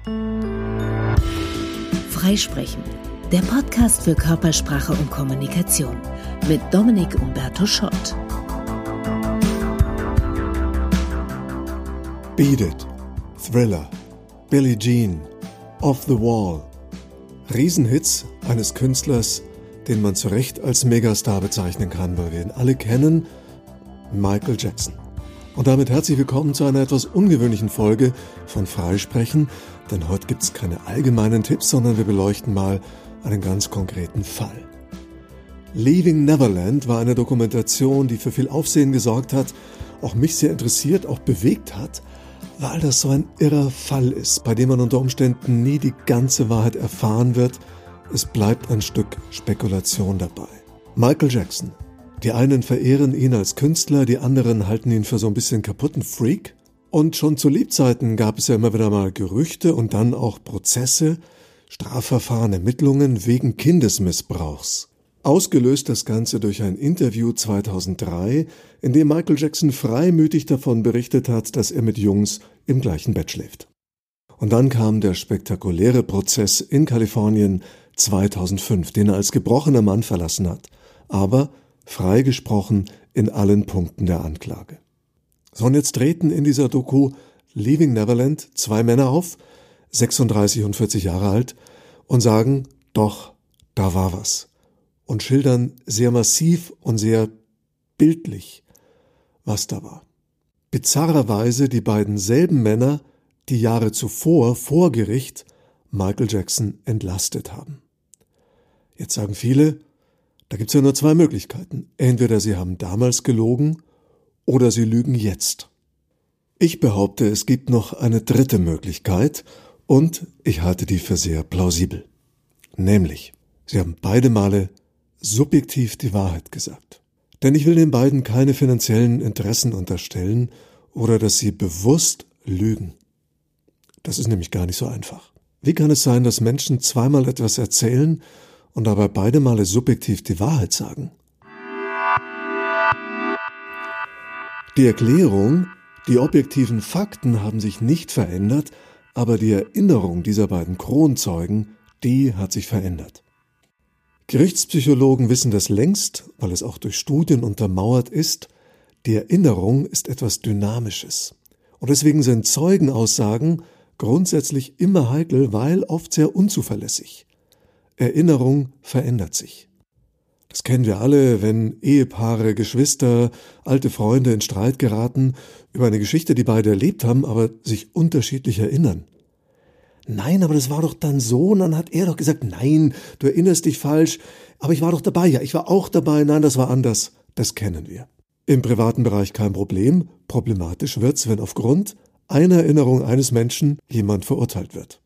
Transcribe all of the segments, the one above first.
Freisprechen, der Podcast für Körpersprache und Kommunikation mit Dominik Umberto Schott. Beat It, Thriller, Billie Jean, Off the Wall. Riesenhits eines Künstlers, den man zu Recht als Megastar bezeichnen kann, weil wir ihn alle kennen, Michael Jackson. Und damit herzlich willkommen zu einer etwas ungewöhnlichen Folge von Freisprechen, denn heute gibt es keine allgemeinen Tipps, sondern wir beleuchten mal einen ganz konkreten Fall. Leaving Neverland war eine Dokumentation, die für viel Aufsehen gesorgt hat, auch mich sehr interessiert, auch bewegt hat, weil das so ein irrer Fall ist, bei dem man unter Umständen nie die ganze Wahrheit erfahren wird. Es bleibt ein Stück Spekulation dabei. Michael Jackson. Die einen verehren ihn als Künstler, die anderen halten ihn für so ein bisschen kaputten Freak. Und schon zu Lebzeiten gab es ja immer wieder mal Gerüchte und dann auch Prozesse, Strafverfahren, Ermittlungen wegen Kindesmissbrauchs. Ausgelöst das Ganze durch ein Interview 2003, in dem Michael Jackson freimütig davon berichtet hat, dass er mit Jungs im gleichen Bett schläft. Und dann kam der spektakuläre Prozess in Kalifornien 2005, den er als gebrochener Mann verlassen hat, aber freigesprochen in allen Punkten der Anklage. So, und jetzt treten in dieser Doku Leaving Neverland zwei Männer auf, 36 und 40 Jahre alt, und sagen, doch, da war was. Und schildern sehr massiv und sehr bildlich, was da war. Bizarrerweise die beiden selben Männer, die Jahre zuvor vor Gericht Michael Jackson entlastet haben. Jetzt sagen viele, da gibt's ja nur zwei Möglichkeiten. Entweder sie haben damals gelogen oder sie lügen jetzt. Ich behaupte, es gibt noch eine dritte Möglichkeit und ich halte die für sehr plausibel. Nämlich, sie haben beide Male subjektiv die Wahrheit gesagt. Denn ich will den beiden keine finanziellen Interessen unterstellen oder dass sie bewusst lügen. Das ist nämlich gar nicht so einfach. Wie kann es sein, dass Menschen zweimal etwas erzählen und dabei beide Male subjektiv die Wahrheit sagen? Die Erklärung, die objektiven Fakten haben sich nicht verändert, aber die Erinnerung dieser beiden Kronzeugen, die hat sich verändert. Gerichtspsychologen wissen das längst, weil es auch durch Studien untermauert ist, die Erinnerung ist etwas Dynamisches. Und deswegen sind Zeugenaussagen grundsätzlich immer heikel, weil oft sehr unzuverlässig. Erinnerung verändert sich. Das kennen wir alle, wenn Ehepaare, Geschwister, alte Freunde in Streit geraten über eine Geschichte, die beide erlebt haben, aber sich unterschiedlich erinnern. Nein, aber das war doch dann so, und dann hat er doch gesagt, nein, du erinnerst dich falsch, aber ich war doch dabei, ja, ich war auch dabei, nein, das war anders. Das kennen wir. Im privaten Bereich kein Problem, problematisch wird's, wenn aufgrund einer Erinnerung eines Menschen jemand verurteilt wird.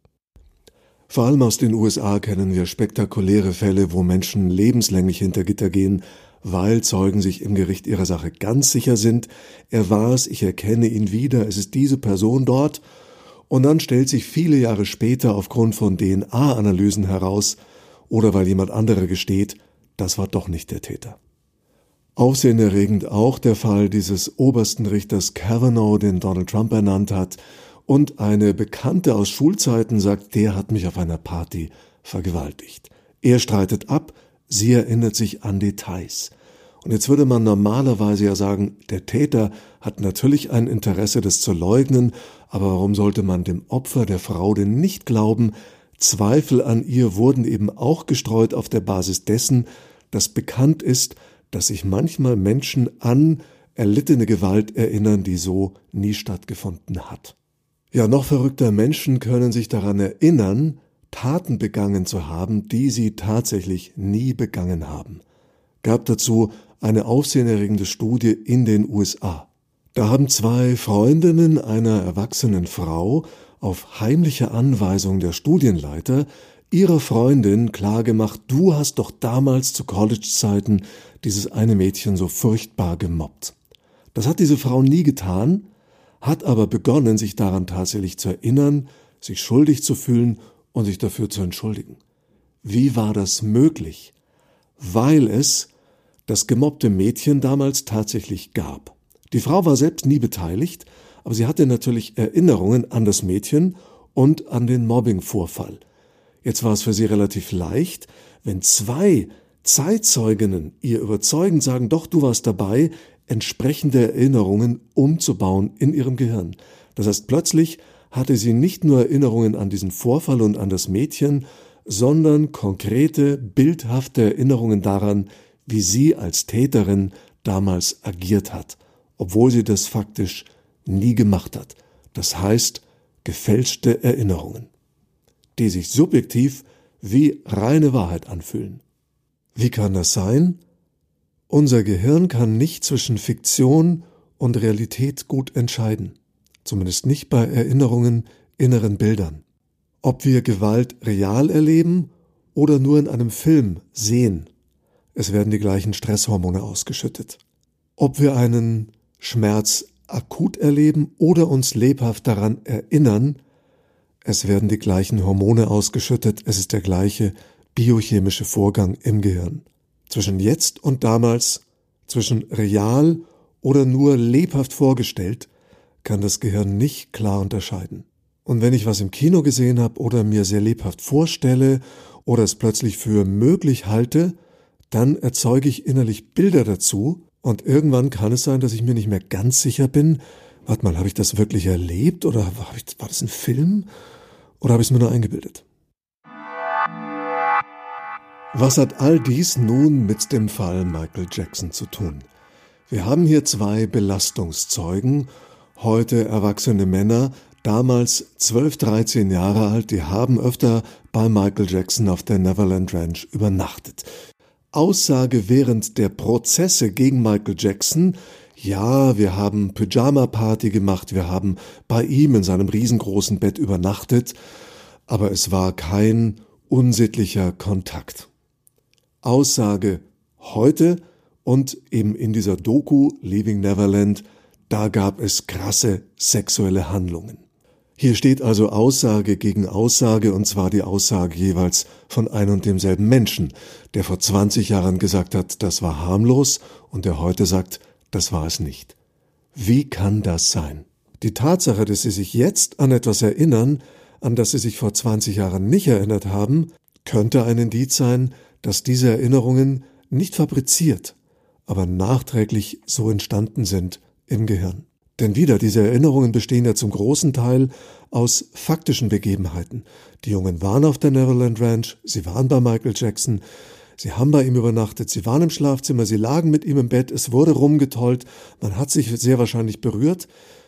Vor allem aus den USA kennen wir spektakuläre Fälle, wo Menschen lebenslänglich hinter Gitter gehen, weil Zeugen sich im Gericht ihrer Sache ganz sicher sind, er war's, ich erkenne ihn wieder, es ist diese Person dort. Und dann stellt sich viele Jahre später aufgrund von DNA-Analysen heraus oder weil jemand anderer gesteht, das war doch nicht der Täter. Aufsehenerregend auch der Fall dieses obersten Richters Kavanaugh, den Donald Trump ernannt hat, und eine Bekannte aus Schulzeiten sagt, der hat mich auf einer Party vergewaltigt. Er streitet ab, sie erinnert sich an Details. Und jetzt würde man normalerweise ja sagen, der Täter hat natürlich ein Interesse, das zu leugnen, aber warum sollte man dem Opfer, der Frau, denn nicht glauben? Zweifel an ihr wurden eben auch gestreut auf der Basis dessen, dass bekannt ist, dass sich manchmal Menschen an erlittene Gewalt erinnern, die so nie stattgefunden hat. Ja, noch verrückter, Menschen können sich daran erinnern, Taten begangen zu haben, die sie tatsächlich nie begangen haben. Gab dazu eine aufsehenerregende Studie in den USA. Da haben zwei Freundinnen einer erwachsenen Frau auf heimliche Anweisung der Studienleiter ihrer Freundin klargemacht, du hast doch damals zu College-Zeiten dieses eine Mädchen so furchtbar gemobbt. Das hat diese Frau nie getan, hat aber begonnen, sich daran tatsächlich zu erinnern, sich schuldig zu fühlen und sich dafür zu entschuldigen. Wie war das möglich? Weil es das gemobbte Mädchen damals tatsächlich gab. Die Frau war selbst nie beteiligt, aber sie hatte natürlich Erinnerungen an das Mädchen und an den Mobbing-Vorfall. Jetzt war es für sie relativ leicht, wenn 2 Zeitzeuginnen ihr überzeugend sagen, doch, du warst dabei, entsprechende Erinnerungen umzubauen in ihrem Gehirn. Das heißt, plötzlich hatte sie nicht nur Erinnerungen an diesen Vorfall und an das Mädchen, sondern konkrete, bildhafte Erinnerungen daran, wie sie als Täterin damals agiert hat, obwohl sie das faktisch nie gemacht hat. Das heißt, gefälschte Erinnerungen, die sich subjektiv wie reine Wahrheit anfühlen. Wie kann das sein? Unser Gehirn kann nicht zwischen Fiktion und Realität gut entscheiden. Zumindest nicht bei Erinnerungen, inneren Bildern. Ob wir Gewalt real erleben oder nur in einem Film sehen, es werden die gleichen Stresshormone ausgeschüttet. Ob wir einen Schmerz akut erleben oder uns lebhaft daran erinnern, es werden die gleichen Hormone ausgeschüttet, es ist der gleiche biochemische Vorgang im Gehirn. Zwischen jetzt und damals, zwischen real oder nur lebhaft vorgestellt, kann das Gehirn nicht klar unterscheiden. Und wenn ich was im Kino gesehen habe oder mir sehr lebhaft vorstelle oder es plötzlich für möglich halte, dann erzeuge ich innerlich Bilder dazu und irgendwann kann es sein, dass ich mir nicht mehr ganz sicher bin, warte mal, habe ich das wirklich erlebt oder war das ein Film oder habe ich es mir nur eingebildet? Was hat all dies nun mit dem Fall Michael Jackson zu tun? Wir haben hier 2 Belastungszeugen, heute erwachsene Männer, damals 12, 13 Jahre alt, die haben öfter bei Michael Jackson auf der Neverland Ranch übernachtet. Aussage während der Prozesse gegen Michael Jackson: Ja, wir haben Pyjama-Party gemacht, wir haben bei ihm in seinem riesengroßen Bett übernachtet, aber es war kein unsittlicher Kontakt. Aussage heute und eben in dieser Doku Leaving Neverland, da gab es krasse sexuelle Handlungen. Hier steht also Aussage gegen Aussage, und zwar die Aussage jeweils von einem und demselben Menschen, der vor 20 Jahren gesagt hat, das war harmlos, und der heute sagt, das war es nicht. Wie kann das sein? Die Tatsache, dass sie sich jetzt an etwas erinnern, an das sie sich vor 20 Jahren nicht erinnert haben, könnte ein Indiz sein, dass diese Erinnerungen nicht fabriziert, aber nachträglich so entstanden sind im Gehirn. Denn wieder, diese Erinnerungen bestehen ja zum großen Teil aus faktischen Begebenheiten. Die Jungen waren auf der Neverland Ranch, sie waren bei Michael Jackson, sie haben bei ihm übernachtet, sie waren im Schlafzimmer, sie lagen mit ihm im Bett, es wurde rumgetollt, man hat sich sehr wahrscheinlich berührt.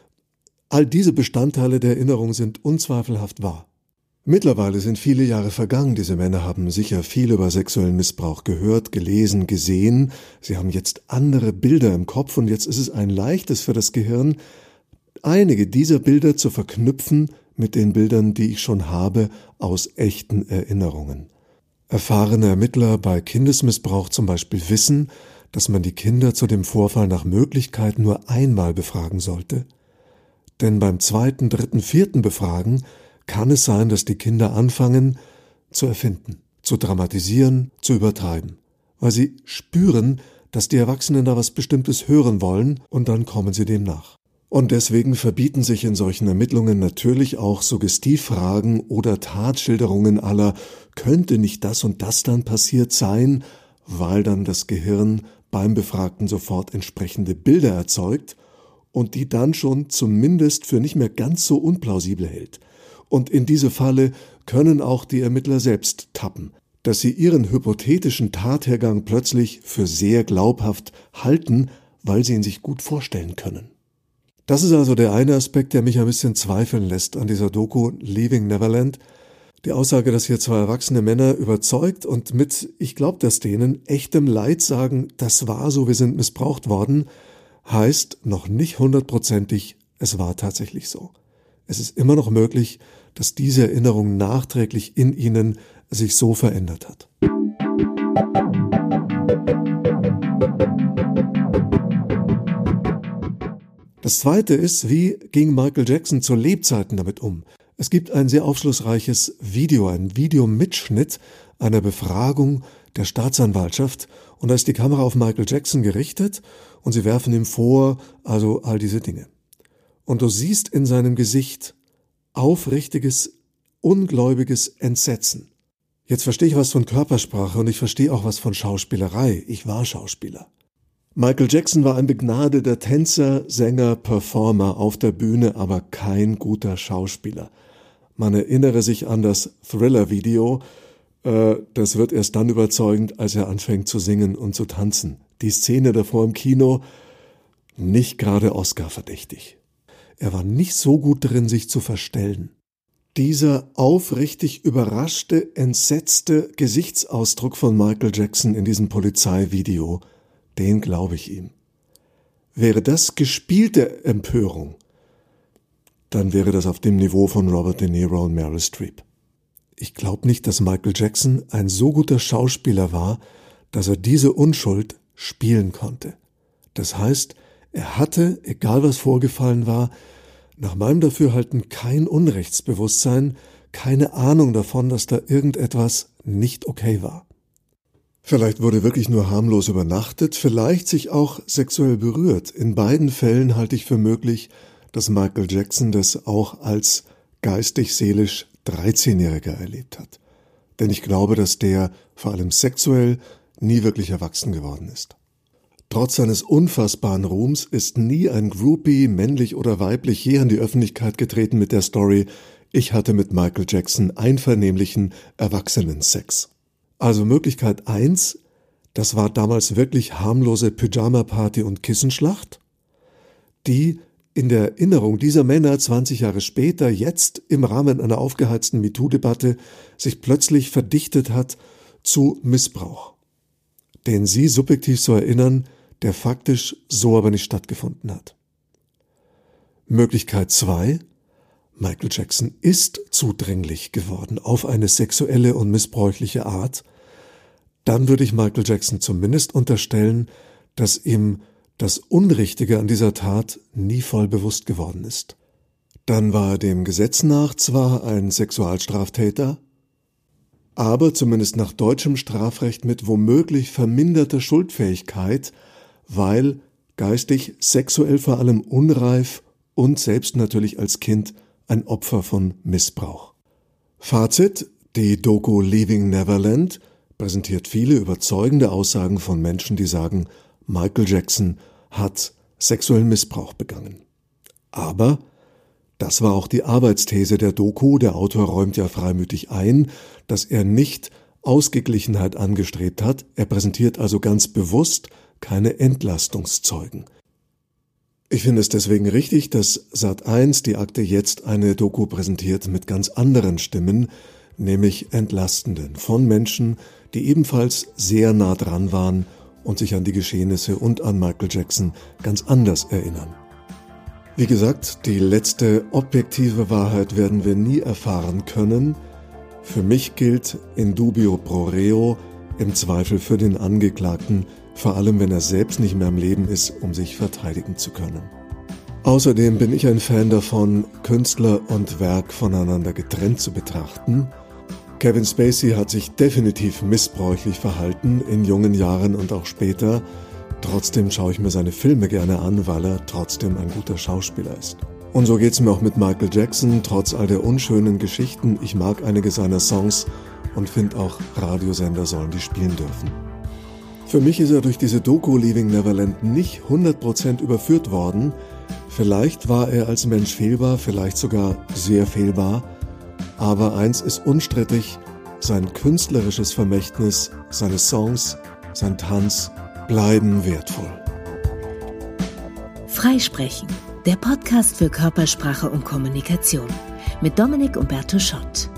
All diese Bestandteile der Erinnerung sind unzweifelhaft wahr. Mittlerweile sind viele Jahre vergangen. Diese Männer haben sicher viel über sexuellen Missbrauch gehört, gelesen, gesehen. Sie haben jetzt andere Bilder im Kopf und jetzt ist es ein leichtes für das Gehirn, einige dieser Bilder zu verknüpfen mit den Bildern, die ich schon habe aus echten Erinnerungen. Erfahrene Ermittler bei Kindesmissbrauch zum Beispiel wissen, dass man die Kinder zu dem Vorfall nach Möglichkeit nur einmal befragen sollte. Denn beim 2., 3., 4. Befragen kann es sein, dass die Kinder anfangen zu erfinden, zu dramatisieren, zu übertreiben, weil sie spüren, dass die Erwachsenen da was Bestimmtes hören wollen und dann kommen sie dem nach. Und deswegen verbieten sich in solchen Ermittlungen natürlich auch Suggestivfragen oder Tatschilderungen aller könnte nicht das und das dann passiert sein, weil dann das Gehirn beim Befragten sofort entsprechende Bilder erzeugt und die dann schon zumindest für nicht mehr ganz so unplausibel hält. Und in diese Falle können auch die Ermittler selbst tappen, dass sie ihren hypothetischen Tathergang plötzlich für sehr glaubhaft halten, weil sie ihn sich gut vorstellen können. Das ist also der eine Aspekt, der mich ein bisschen zweifeln lässt an dieser Doku Leaving Neverland. Die Aussage, dass hier 2 erwachsene Männer überzeugt und mit, ich glaube das denen, echtem Leid sagen, das war so, wir sind missbraucht worden, heißt noch nicht 100%, es war tatsächlich so. Es ist immer noch möglich, dass diese Erinnerung nachträglich in ihnen sich so verändert hat. Das Zweite ist, wie ging Michael Jackson zu Lebzeiten damit um? Es gibt ein sehr aufschlussreiches Video, ein Videomitschnitt einer Befragung der Staatsanwaltschaft und da ist die Kamera auf Michael Jackson gerichtet und sie werfen ihm vor, also all diese Dinge. Und du siehst in seinem Gesicht aufrichtiges, ungläubiges Entsetzen. Jetzt verstehe ich was von Körpersprache und ich verstehe auch was von Schauspielerei. Ich war Schauspieler. Michael Jackson war ein begnadeter Tänzer, Sänger, Performer auf der Bühne, aber kein guter Schauspieler. Man erinnere sich an das Thriller-Video. Das wird erst dann überzeugend, als er anfängt zu singen und zu tanzen. Die Szene davor im Kino, nicht gerade Oscar-verdächtig. Er war nicht so gut drin, sich zu verstellen. Dieser aufrichtig überraschte, entsetzte Gesichtsausdruck von Michael Jackson in diesem Polizeivideo, den glaube ich ihm. Wäre das gespielte Empörung, dann wäre das auf dem Niveau von Robert De Niro und Meryl Streep. Ich glaube nicht, dass Michael Jackson ein so guter Schauspieler war, dass er diese Unschuld spielen konnte. Das heißt, er hatte, egal was vorgefallen war, nach meinem Dafürhalten kein Unrechtsbewusstsein, keine Ahnung davon, dass da irgendetwas nicht okay war. Vielleicht wurde wirklich nur harmlos übernachtet, vielleicht sich auch sexuell berührt. In beiden Fällen halte ich für möglich, dass Michael Jackson das auch als geistig-seelisch 13-Jähriger erlebt hat. Denn ich glaube, dass der, vor allem sexuell, nie wirklich erwachsen geworden ist. Trotz seines unfassbaren Ruhms ist nie ein Groupie, männlich oder weiblich, je an die Öffentlichkeit getreten mit der Story, ich hatte mit Michael Jackson einvernehmlichen Erwachsenensex. Also Möglichkeit 1, das war damals wirklich harmlose Pyjama-Party und Kissenschlacht, die in der Erinnerung dieser Männer 20 Jahre später, jetzt im Rahmen einer aufgeheizten MeToo-Debatte, sich plötzlich verdichtet hat zu Missbrauch, den sie subjektiv so erinnern, der faktisch so aber nicht stattgefunden hat. Möglichkeit 2, Michael Jackson ist zudringlich geworden auf eine sexuelle und missbräuchliche Art, dann würde ich Michael Jackson zumindest unterstellen, dass ihm das Unrichtige an dieser Tat nie voll bewusst geworden ist. Dann war er dem Gesetz nach zwar ein Sexualstraftäter, aber zumindest nach deutschem Strafrecht mit womöglich verminderter Schuldfähigkeit, weil geistig, sexuell vor allem unreif und selbst natürlich als Kind ein Opfer von Missbrauch. Fazit: Die Doku Leaving Neverland präsentiert viele überzeugende Aussagen von Menschen, die sagen, Michael Jackson hat sexuellen Missbrauch begangen. Aber das war auch die Arbeitsthese der Doku. Der Autor räumt ja freimütig ein, dass er nicht Ausgeglichenheit angestrebt hat. Er präsentiert also ganz bewusst keine Entlastungszeugen. Ich finde es deswegen richtig, dass Sat.1 die Akte jetzt eine Doku präsentiert mit ganz anderen Stimmen, nämlich entlastenden, von Menschen, die ebenfalls sehr nah dran waren und sich an die Geschehnisse und an Michael Jackson ganz anders erinnern. Wie gesagt, die letzte objektive Wahrheit werden wir nie erfahren können. Für mich gilt in dubio pro reo, im Zweifel für den Angeklagten, vor allem wenn er selbst nicht mehr am Leben ist, um sich verteidigen zu können. Außerdem bin ich ein Fan davon, Künstler und Werk voneinander getrennt zu betrachten. Kevin Spacey hat sich definitiv missbräuchlich verhalten, in jungen Jahren und auch später. Trotzdem schaue ich mir seine Filme gerne an, weil er trotzdem ein guter Schauspieler ist. Und so geht's mir auch mit Michael Jackson, trotz all der unschönen Geschichten. Ich mag einige seiner Songs und finde auch, Radiosender sollen die spielen dürfen. Für mich ist er durch diese Doku Leaving Neverland nicht 100% überführt worden. Vielleicht war er als Mensch fehlbar, vielleicht sogar sehr fehlbar. Aber eins ist unstrittig, sein künstlerisches Vermächtnis, seine Songs, sein Tanz bleiben wertvoll. Freisprechen, der Podcast für Körpersprache und Kommunikation mit Dominic Umberto Schott.